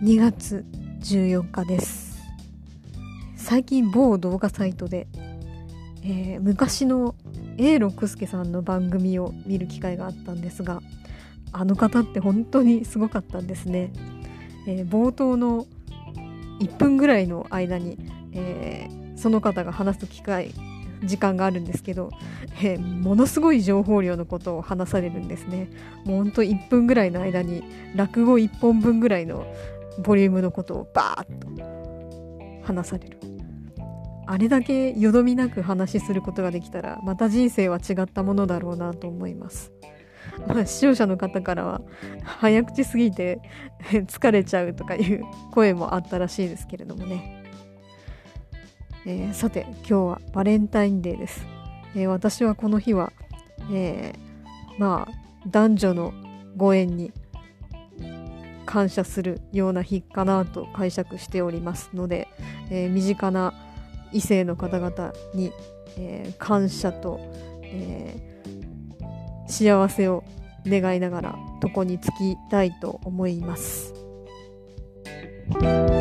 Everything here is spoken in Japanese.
2月14日です。最近某動画サイトで、昔の永六輔さんの番組を見る機会があったんですが、あの方って本当にすごかったんですね。冒頭の1分ぐらいの間に、その方が話す時間があるんですけど、ものすごい情報量のことを話されるんですね。もうほんと1分ぐらいの間に落語1本分ぐらいのボリュームのことをバーッと話される。あれだけよどみなく話することができたら、また人生は違ったものだろうなと思います。視聴者の方からは早口すぎて疲れちゃうとかいう声もあったらしいですけれどもね。さて今日はバレンタインデーです。私はこの日は、男女のご縁に感謝するような日かなと解釈しておりますので、身近な異性の方々に、感謝と、幸せを願いながら床につきたいと思います。